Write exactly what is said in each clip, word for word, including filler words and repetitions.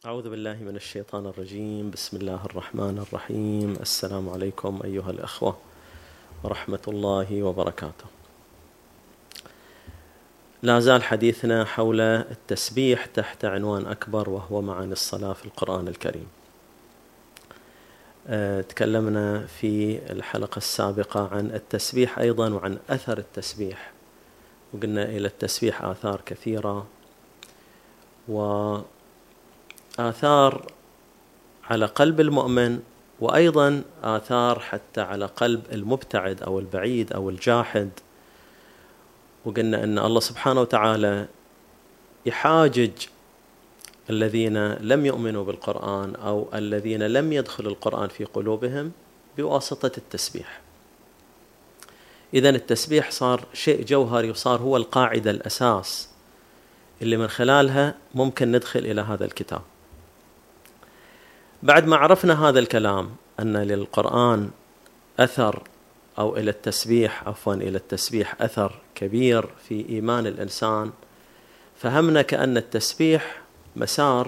أعوذ بالله من الشيطان الرجيم. بسم الله الرحمن الرحيم. السلام عليكم أيها الأخوة ورحمة الله وبركاته. لا زال حديثنا حول التسبيح تحت عنوان أكبر وهو معاني الصلاة في القرآن الكريم. تكلمنا في الحلقة السابقة عن التسبيح أيضا وعن أثر التسبيح، وقلنا إلى التسبيح آثار كثيرة، وآثار على قلب المؤمن وأيضا آثار حتى على قلب المبتعد أو البعيد أو الجاحد. وقلنا أن الله سبحانه وتعالى يحاجج الذين لم يؤمنوا بالقرآن أو الذين لم يدخل القرآن في قلوبهم بواسطة التسبيح. إذن التسبيح صار شيء جوهري وصار هو القاعدة الأساس اللي من خلالها ممكن ندخل إلى هذا الكتاب. بعد ما عرفنا هذا الكلام أن للقرآن أثر أو إلى التسبيح عفوا إلى التسبيح أثر كبير في إيمان الإنسان، فهمنا كأن التسبيح مسار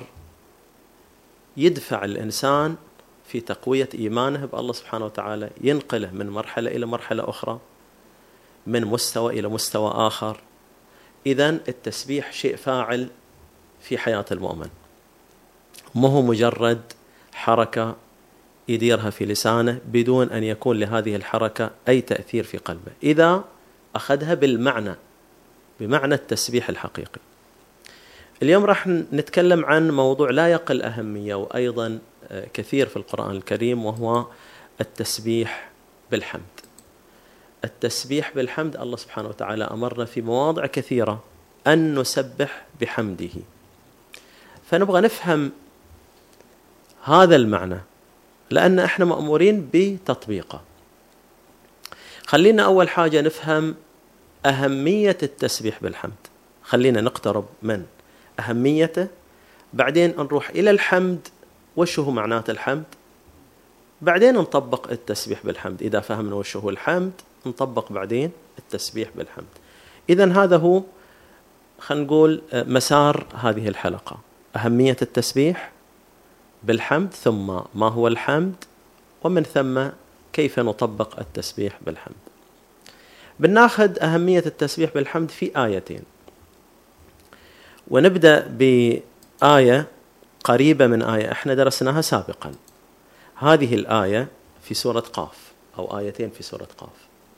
يدفع الإنسان في تقوية إيمانه بالله سبحانه وتعالى، ينقله من مرحلة إلى مرحلة أخرى، من مستوى إلى مستوى آخر. إذن التسبيح شيء فاعل في حياة المؤمن، ما هو مجرد حركة يديرها في لسانه بدون أن يكون لهذه الحركة أي تأثير في قلبه إذا أخذها بالمعنى بمعنى التسبيح الحقيقي. اليوم راح نتكلم عن موضوع لا يقل أهمية وأيضا كثير في القرآن الكريم، وهو التسبيح بالحمد. التسبيح بالحمد، الله سبحانه وتعالى أمرنا في مواضع كثيرة أن نسبح بحمده، فنبغى نفهم هذا المعنى لأن احنا مأمورين بتطبيقه. خلينا أول حاجة نفهم أهمية التسبيح بالحمد، خلينا نقترب من أهميته، بعدين نروح إلى الحمد وش هو معنات الحمد، بعدين نطبق التسبيح بالحمد. إذا فهمنا وش هو الحمد نطبق بعدين التسبيح بالحمد. إذن هذا هو خلينا نقول مسار هذه الحلقة: أهمية التسبيح بالحمد، ثم ما هو الحمد، ومن ثم كيف نطبق التسبيح بالحمد. بناخذ أهمية التسبيح بالحمد في آيتين، ونبدأ بآية قريبة من آية احنا درسناها سابقا. هذه الآية في سورة قاف، أو آيتين في سورة قاف.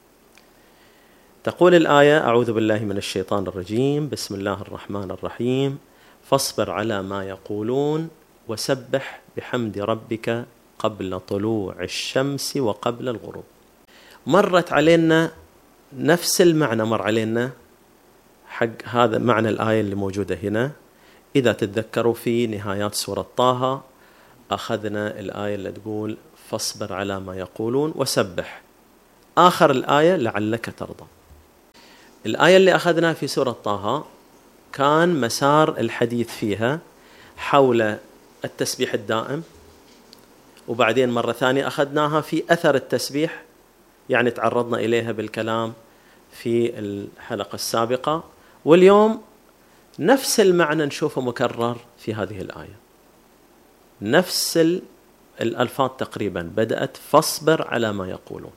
تقول الآية: أعوذ بالله من الشيطان الرجيم، بسم الله الرحمن الرحيم، فاصبر على ما يقولون وسبح بحمد ربك قبل طلوع الشمس وقبل الغروب. مرت علينا نفس المعنى مر علينا حق هذا معنى الآية اللي موجودة هنا. إذا تتذكروا في نهايات سورة طه أخذنا الآية اللي تقول فاصبر على ما يقولون وسبح، آخر الآية لعلك ترضى. الآية اللي أخذناها في سورة طه كان مسار الحديث فيها حول التسبيح الدائم، وبعدين مرة ثانية أخذناها في أثر التسبيح، يعني تعرضنا إليها بالكلام في الحلقة السابقة، واليوم نفس المعنى نشوفه مكرر في هذه الآية، نفس الألفاظ تقريبا، بدأت فاصبر على ما يقولون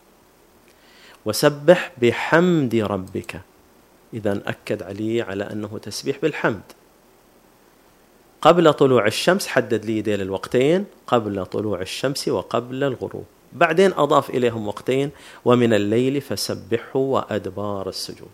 وسبح بحمد ربك. إذن أكد عليه على أنه تسبيح بالحمد قبل طلوع الشمس، حدد لي ديل الوقتين، قبل طلوع الشمس وقبل الغروب، بعدين أضاف إليهم وقتين: ومن الليل فسبحه وأدبار السجود.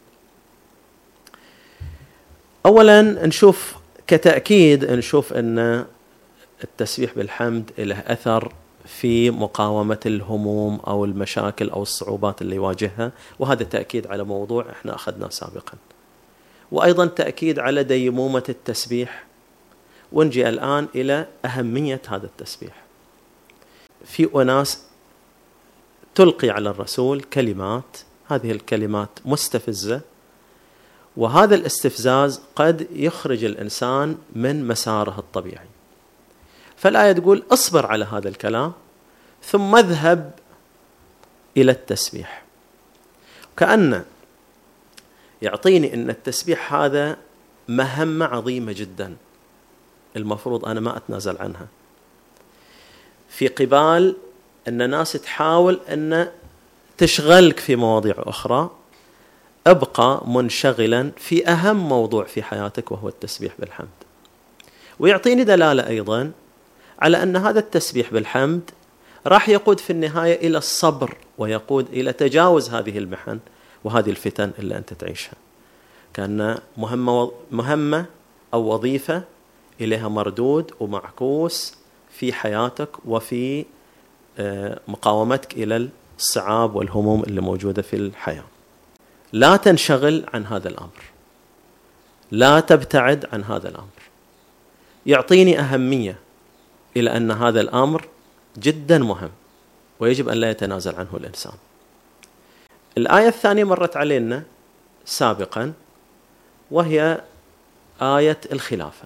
أولا نشوف كتأكيد نشوف أن التسبيح بالحمد له أثر في مقاومة الهموم أو المشاكل أو الصعوبات اللي يواجهها، وهذا تأكيد على موضوع احنا أخذناه سابقا، وأيضا تأكيد على ديمومة التسبيح. ونجي الآن إلى أهمية هذا التسبيح. في أناس تلقي على الرسول كلمات، هذه الكلمات مستفزة، وهذا الاستفزاز قد يخرج الإنسان من مساره الطبيعي. فالآية تقول اصبر على هذا الكلام ثم اذهب إلى التسبيح. كأن يعطيني أن التسبيح هذا مهمة عظيمة جدا، المفروض أنا ما أتنازل عنها، في قبال أن الناس تحاول أن تشغلك في مواضيع أخرى، أبقى منشغلا في أهم موضوع في حياتك وهو التسبيح بالحمد. ويعطيني دلالة أيضا على أن هذا التسبيح بالحمد راح يقود في النهاية إلى الصبر، ويقود إلى تجاوز هذه المحن وهذه الفتن اللي أنت تعيشها. كأن مهمة, مهمة أو وظيفة إليها مردود ومعكوس في حياتك وفي مقاومتك إلى الصعاب والهموم اللي موجودة في الحياة. لا تنشغل عن هذا الأمر، لا تبتعد عن هذا الأمر. يعطيني أهمية إلى أن هذا الأمر جدا مهم ويجب أن لا يتنازل عنه الإنسان. الآية الثانية مرت علينا سابقا، وهي آية الخلافة.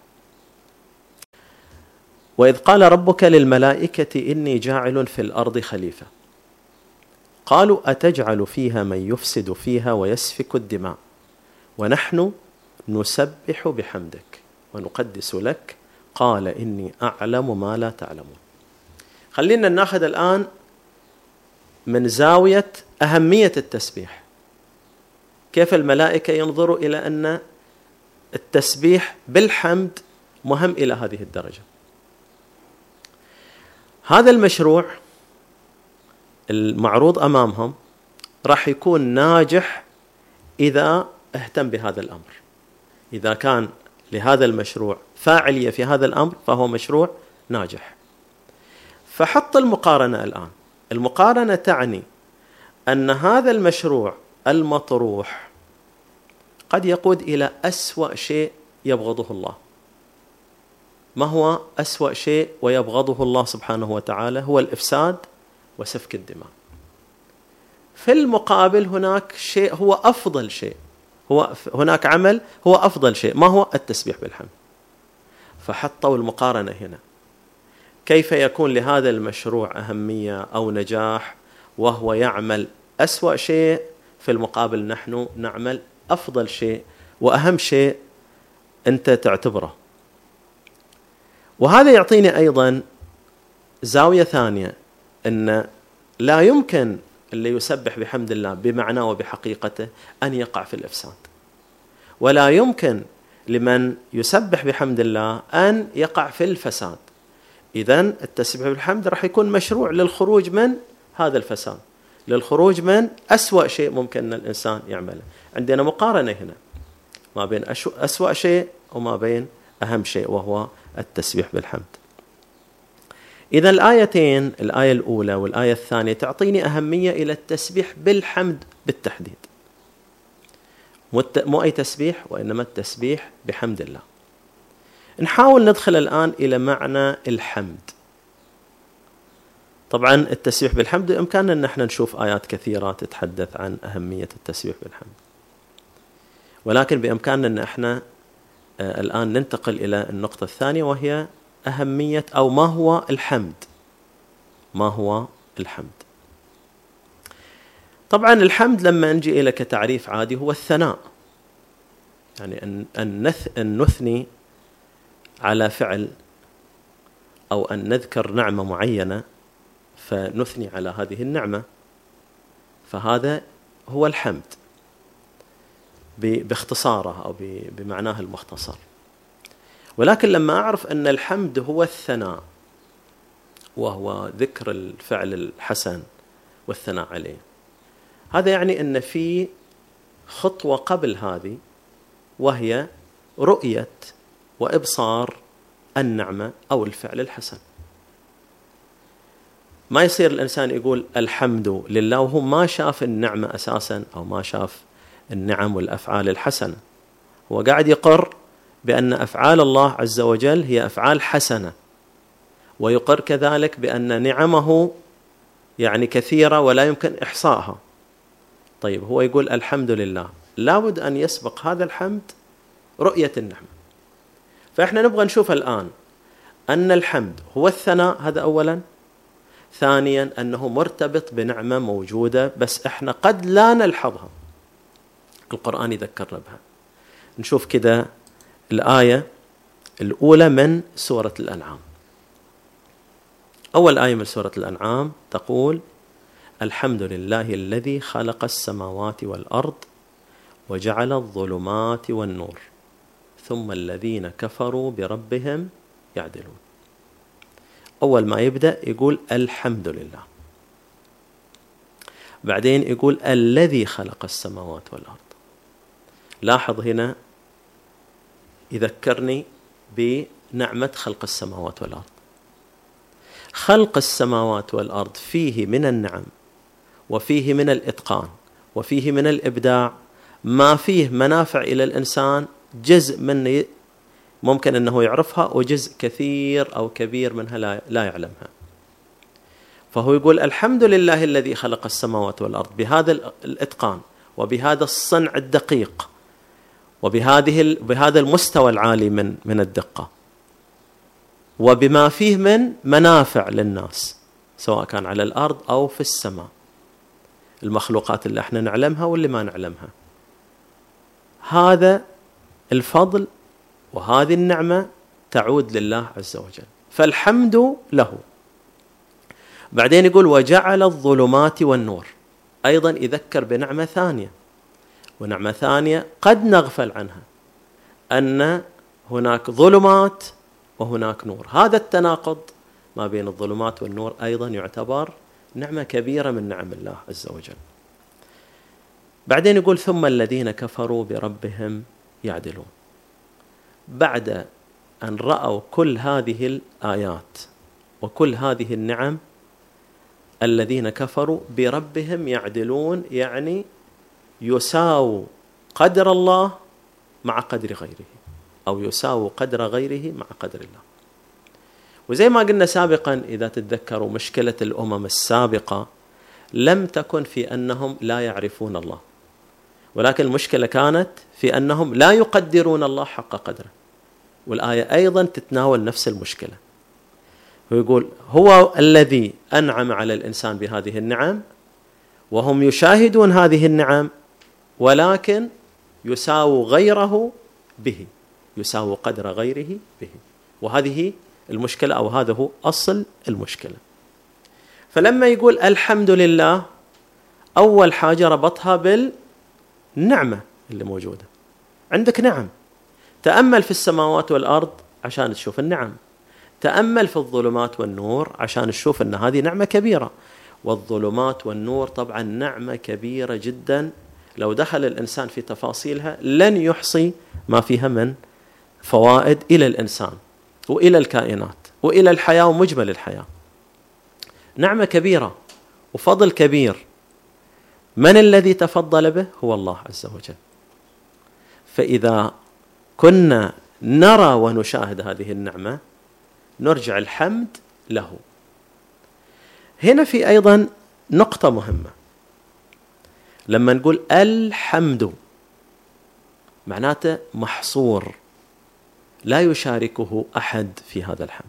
وإذ قال ربك للملائكة إني جاعل في الأرض خليفة قالوا أتجعل فيها من يفسد فيها ويسفك الدماء ونحن نسبح بحمدك ونقدس لك قال إني أعلم ما لا تعلمون. خلينا ناخذ الآن من زاوية أهمية التسبيح، كيف الملائكة ينظروا إلى أن التسبيح بالحمد مهم إلى هذه الدرجة. هذا المشروع المعروض أمامهم راح يكون ناجح إذا اهتم بهذا الأمر. إذا كان لهذا المشروع فاعلية في هذا الأمر فهو مشروع ناجح. فحط المقارنة الآن. المقارنة تعني أن هذا المشروع المطروح قد يقود إلى أسوأ شيء يبغضه الله. ما هو أسوأ شيء ويبغضه الله سبحانه وتعالى؟ هو الإفساد وسفك الدماء. في المقابل هناك شيء هو أفضل شيء، هو هناك عمل هو أفضل شيء، ما هو؟ التسبيح بالحمد. فحطوا المقارنة هنا، كيف يكون لهذا المشروع أهمية أو نجاح وهو يعمل أسوأ شيء، في المقابل نحن نعمل أفضل شيء وأهم شيء أنت تعتبره. وهذا يعطيني أيضا زاوية ثانية، أن لا يمكن اللي يسبح بحمد الله بمعناه وبحقيقته أن يقع في الإفساد، ولا يمكن لمن يسبح بحمد الله أن يقع في الفساد. إذن التسبيح بالحمد راح يكون مشروع للخروج من هذا الفساد، للخروج من أسوأ شيء ممكن أن الإنسان يعمله. عندنا مقارنة هنا ما بين أسوأ شيء وما بين أهم شيء وهو التسبيح بالحمد. إذا الآيتين، الآية الأولى والآية الثانية، تعطيني أهمية إلى التسبيح بالحمد بالتحديد، مو أي تسبيح وإنما التسبيح بحمد الله. نحاول ندخل الآن إلى معنى الحمد. طبعا التسبيح بالحمد بإمكاننا أن احنا نشوف آيات كثيرة تتحدث عن أهمية التسبيح بالحمد، ولكن بإمكاننا أن احنا الآن ننتقل إلى النقطة الثانية، وهي أهمية أو ما هو الحمد. ما هو الحمد؟ طبعا الحمد لما نجي إلى كتعريف عادي هو الثناء، يعني أن أن نثني على فعل أو أن نذكر نعمة معينة فنثني على هذه النعمة، فهذا هو الحمد باختصاره أو بمعناه المختصر. ولكن لما أعرف أن الحمد هو الثناء، وهو ذكر الفعل الحسن والثناء عليه، هذا يعني أن في خطوة قبل هذه، وهي رؤية وإبصار النعمة أو الفعل الحسن. ما يصير الإنسان يقول الحمد لله وهو ما شاف النعمة أساسا، أو ما شاف النعم والأفعال الحسنة. هو قاعد يقر بأن أفعال الله عز وجل هي أفعال حسنة، ويقر كذلك بأن نعمه يعني كثيرة ولا يمكن إحصائها. طيب هو يقول الحمد لله، لابد أن يسبق هذا الحمد رؤية النعمة. فإحنا نبغى نشوف الآن أن الحمد هو الثناء، هذا أولا. ثانيا أنه مرتبط بنعمة موجودة بس إحنا قد لا نلحظها، القرآن يذكرنا بها. نشوف كده الآية الأولى من سورة الأنعام. أول آية من سورة الأنعام تقول: الحمد لله الذي خلق السماوات والأرض وجعل الظلمات والنور ثم الذين كفروا بربهم يعدلون. أول ما يبدأ يقول الحمد لله، بعدين يقول الذي خلق السماوات والأرض. لاحظ هنا يذكرني بنعمة خلق السماوات والأرض. خلق السماوات والأرض فيه من النعم وفيه من الإتقان وفيه من الإبداع ما فيه منافع إلى الإنسان، جزء من ممكن أنه يعرفها وجزء كثير أو كبير منها لا يعلمها. فهو يقول الحمد لله الذي خلق السماوات والأرض بهذا الإتقان وبهذا الصنع الدقيق وبهذه بهذا المستوى العالي من من الدقة، وبما فيه من منافع للناس سواء كان على الأرض أو في السماء، المخلوقات اللي احنا نعلمها واللي ما نعلمها. هذا الفضل وهذه النعمة تعود لله عز وجل، فالحمد له. بعدين يقول وجعل الظلمات والنور، أيضا يذكر بنعمة ثانية، ونعمة ثانية قد نغفل عنها، أن هناك ظلمات وهناك نور. هذا التناقض ما بين الظلمات والنور أيضا يعتبر نعمة كبيرة من نعم الله عز وجل. بعدين يقول ثم الذين كفروا بربهم يعدلون. بعد أن رأوا كل هذه الآيات وكل هذه النعم، الذين كفروا بربهم يعدلون، يعني يساووا قدر الله مع قدر غيره، أو يساووا قدر غيره مع قدر الله. وزي ما قلنا سابقا، إذا تتذكروا مشكلة الأمم السابقة لم تكن في أنهم لا يعرفون الله، ولكن المشكلة كانت في أنهم لا يقدرون الله حق قدره. والآية أيضا تتناول نفس المشكلة، ويقول هو الذي أنعم على الإنسان بهذه النعم، وهم يشاهدون هذه النعم، ولكن يساووا غيره به، يساووا قدر غيره به. وهذه المشكلة، أو هذا هو أصل المشكلة. فلما يقول الحمد لله، أول حاجة ربطها بالنعمة اللي موجودة. عندك نعم، تأمل في السماوات والأرض عشان تشوف النعم، تأمل في الظلمات والنور عشان تشوف أن هذه نعمة كبيرة. والظلمات والنور طبعا نعمة كبيرة جدا، لو دخل الإنسان في تفاصيلها لن يحصي ما فيها من فوائد إلى الإنسان وإلى الكائنات وإلى الحياة ومجمل الحياة. نعمة كبيرة وفضل كبير. من الذي تفضل به؟ هو الله عز وجل. فإذا كنا نرى ونشاهد هذه النعمة نرجع الحمد له. هنا في أيضا نقطة مهمة، لما نقول الحمد معناته محصور، لا يشاركه أحد في هذا الحمد،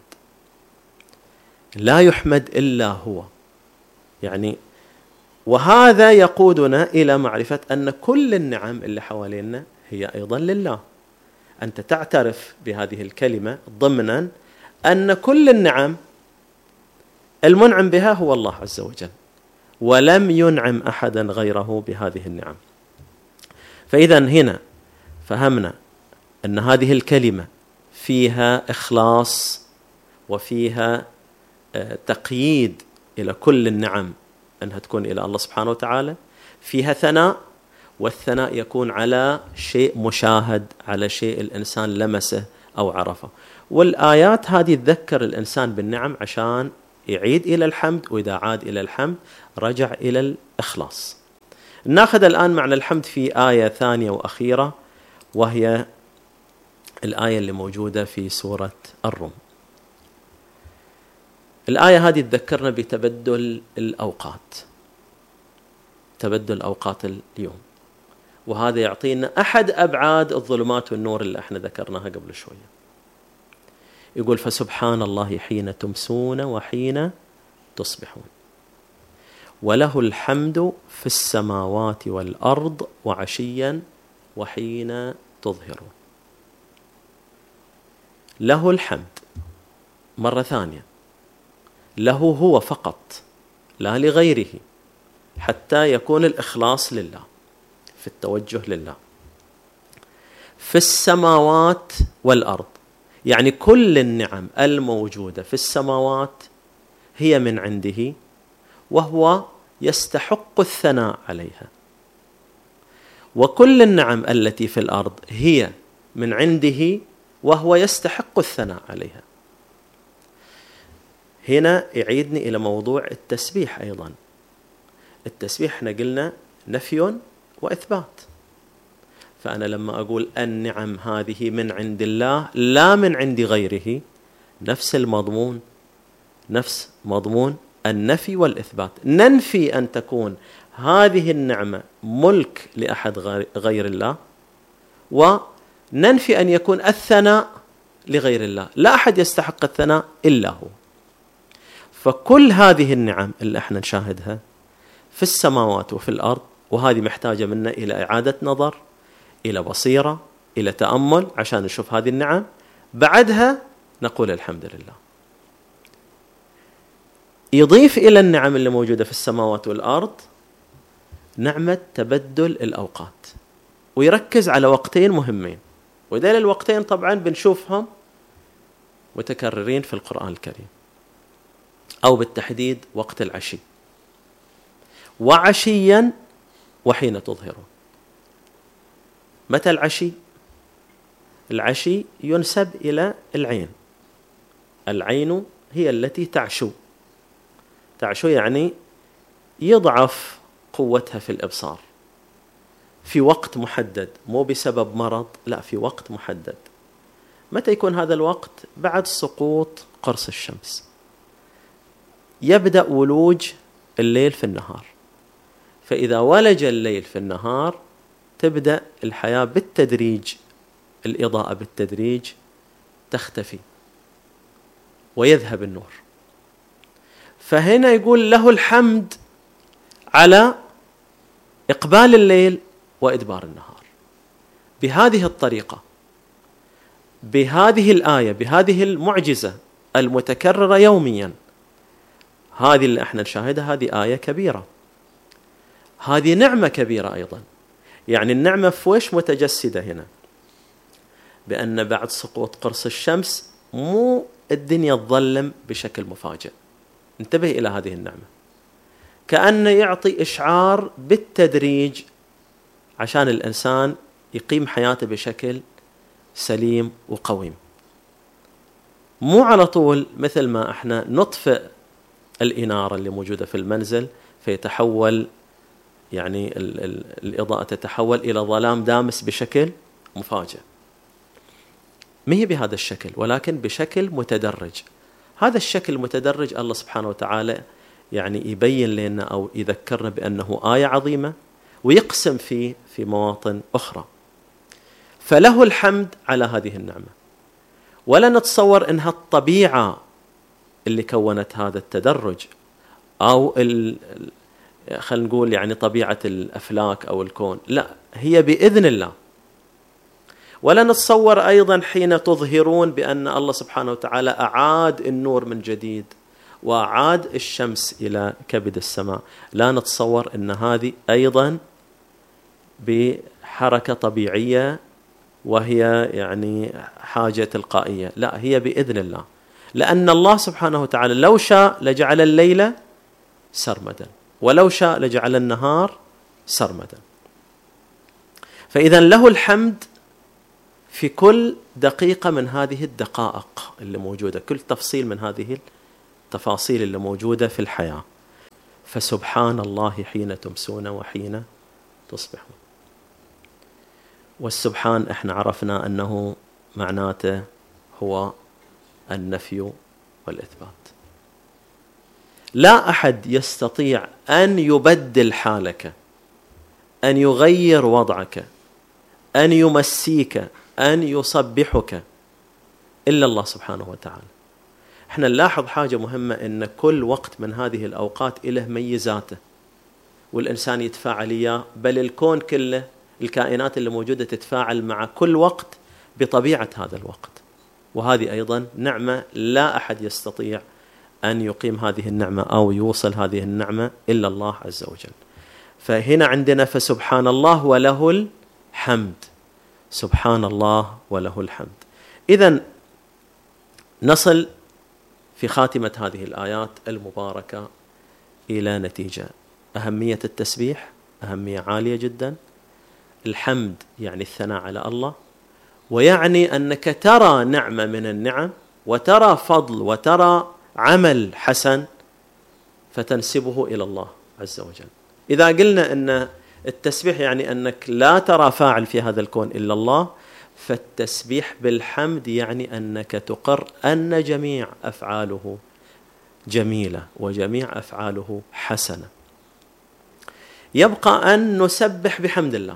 لا يحمد إلا هو. يعني وهذا يقودنا إلى معرفة أن كل النعم اللي حوالينا هي أيضا لله. أنت تعترف بهذه الكلمة ضمنا أن كل النعم المنعم بها هو الله عز وجل، ولم ينعم أحدا غيره بهذه النعم. فإذا هنا فهمنا أن هذه الكلمة فيها إخلاص وفيها تقييد إلى كل النعم أنها تكون إلى الله سبحانه وتعالى، فيها ثناء، والثناء يكون على شيء مشاهد، على شيء الإنسان لمسه أو عرفه. والآيات هذه تذكر الإنسان بالنعم عشان يعيد إلى الحمد، وإذا عاد إلى الحمد رجع إلى الإخلاص. ناخذ الآن معنى الحمد في آية ثانية وأخيرة، وهي الآية اللي موجودة في سورة الروم. الآية هذه تذكرنا بتبدل الأوقات، تبدل أوقات اليوم، وهذا يعطينا أحد أبعاد الظلمات والنور اللي احنا ذكرناها قبل شوية. يقول فسبحان الله حين تمسون وحين تصبحون وله الحمد في السماوات والأرض وعشيا وحين تظهرون. له الحمد مرة ثانية، له هو فقط لا لغيره، حتى يكون الإخلاص لله في التوجه لله. في السماوات والأرض، يعني كل النعم الموجودة في السماوات هي من عنده، وهو يستحق الثناء عليها، وكل النعم التي في الأرض هي من عنده، وهو يستحق الثناء عليها. هنا يعيدني إلى موضوع التسبيح أيضا. التسبيح احنا قلنا نفي وإثبات، فأنا لما أقول النعم هذه من عند الله لا من عند غيره، نفس المضمون، نفس مضمون النفي والإثبات. ننفي أن تكون هذه النعمة ملك لأحد غير الله، وننفي أن يكون الثناء لغير الله، لا أحد يستحق الثناء إلا هو. فكل هذه النعم اللي احنا نشاهدها في السماوات وفي الأرض، وهذه محتاجة منا إلى إعادة نظر، إلى بصيرة، إلى تأمل عشان نشوف هذه النعم، بعدها نقول الحمد لله. يضيف إلى النعم اللي موجودة في السماوات والأرض نعمة تبدل الأوقات، ويركز على وقتين مهمين، وذيل الوقتين طبعا بنشوفهم متكررين في القرآن الكريم، أو بالتحديد وقت العشي، وعشيا وحين تظهرون. متى العشي؟ العشي ينسب إلى العين، العين هي التي تعشو، تعشو يعني يضعف قوتها في الإبصار في وقت محدد، مو بسبب مرض، لا، في وقت محدد. متى يكون هذا الوقت؟ بعد سقوط قرص الشمس، يبدأ ولوج الليل في النهار، فإذا ولج الليل في النهار تبدأ الحياة بالتدريج، الإضاءة بالتدريج تختفي ويذهب النور. فهنا يقول له الحمد على إقبال الليل وإدبار النهار بهذه الطريقة، بهذه الآية، بهذه المعجزة المتكررة يوميا. هذه اللي احنا نشاهدها هذه آية كبيرة، هذه نعمة كبيرة أيضا. يعني النعمة فوش متجسدة هنا؟ بأن بعد سقوط قرص الشمس مو الدنيا تظلم بشكل مفاجئ. انتبه إلى هذه النعمة، كأنه يعطي إشعار بالتدريج عشان الإنسان يقيم حياته بشكل سليم وقويم، مو على طول مثل ما احنا نطفئ الإنارة اللي موجودة في المنزل فيتحول، يعني ال ال الإضاءة تتحول إلى ظلام دامس بشكل مفاجئ. ما هي بهذا الشكل، ولكن بشكل متدرج. هذا الشكل المتدرج الله سبحانه وتعالى يعني يبين لنا أو يذكرنا بأنه آية عظيمة، ويقسم فيه في مواطن أخرى. فله الحمد على هذه النعمة، ولا نتصور أنها الطبيعة اللي كونت هذا التدرج، أو خلينا نقول يعني طبيعة الأفلاك أو الكون، لا، هي بإذن الله. ولا نتصور أيضا حين تظهرون بأن الله سبحانه وتعالى أعاد النور من جديد وأعاد الشمس إلى كبد السماء، لا نتصور أن هذه أيضا بحركة طبيعية وهي يعني حاجة تلقائية، لا، هي بإذن الله. لأن الله سبحانه وتعالى لو شاء لجعل الليل سرمدا، ولو شاء لجعل النهار سرمدا. فإذا له الحمد في كل دقيقة من هذه الدقائق اللي موجودة، كل تفصيل من هذه التفاصيل اللي موجودة في الحياة. فسبحان الله حين تمسون وحين تصبحون. والسبحان احنا عرفنا أنه معناته هو النفي والإثبات. لا أحد يستطيع أن يبدل حالك، أن يغير وضعك، أن يمسيك، أن يصبحك إلا الله سبحانه وتعالى. احنا نلاحظ حاجة مهمة، أن كل وقت من هذه الأوقات إله ميزاته، والإنسان يتفاعل إياه، بل الكون كله، الكائنات اللي موجودة تتفاعل مع كل وقت بطبيعة هذا الوقت. وهذه أيضا نعمة لا أحد يستطيع أن يقيم هذه النعمة أو يوصل هذه النعمة إلا الله عز وجل. فهنا عندنا فسبحان الله وله الحمد، سبحان الله وله الحمد. إذن نصل في خاتمة هذه الآيات المباركة إلى نتيجة: أهمية التسبيح أهمية عالية جدا. الحمد يعني الثناء على الله، ويعني أنك ترى نعمة من النعم وترى فضل وترى عمل حسن فتنسبه إلى الله عز وجل. إذا قلنا أن التسبيح يعني أنك لا ترى فاعل في هذا الكون إلا الله، فالتسبيح بالحمد يعني أنك تقر أن جميع أفعاله جميلة وجميع أفعاله حسنة. يبقى أن نسبح بحمد الله،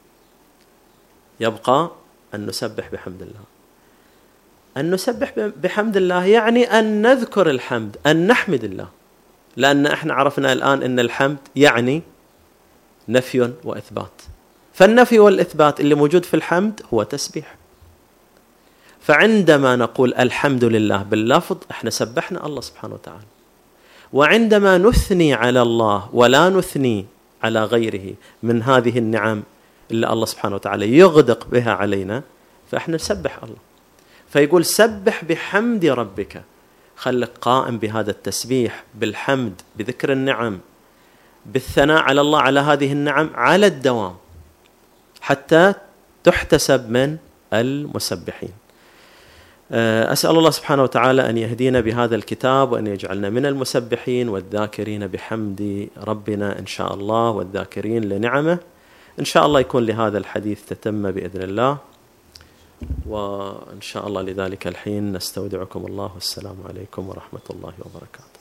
يبقى أن نسبح بحمد الله. أن نسبح بحمد الله يعني أن نذكر الحمد، أن نحمد الله، لأن احنا عرفنا الآن أن الحمد يعني نفي وإثبات، فالنفي والإثبات اللي موجود في الحمد هو تسبيح. فعندما نقول الحمد لله باللفظ احنا سبحنا الله سبحانه وتعالى، وعندما نثني على الله ولا نثني على غيره من هذه النعم اللي الله سبحانه وتعالى يغدق بها علينا فاحنا نسبح الله. فيقول سبح بحمد ربك، خلك قائم بهذا التسبيح بالحمد، بذكر النعم، بالثناء على الله على هذه النعم على الدوام حتى تحتسب من المسبحين. أسأل الله سبحانه وتعالى أن يهدينا بهذا الكتاب وأن يجعلنا من المسبحين والذاكرين بحمد ربنا إن شاء الله، والذاكرين لنعمه. إن شاء الله يكون لهذا الحديث تتم بإذن الله، وإن شاء الله لذلك الحين نستودعكم الله، والسلام عليكم ورحمة الله وبركاته.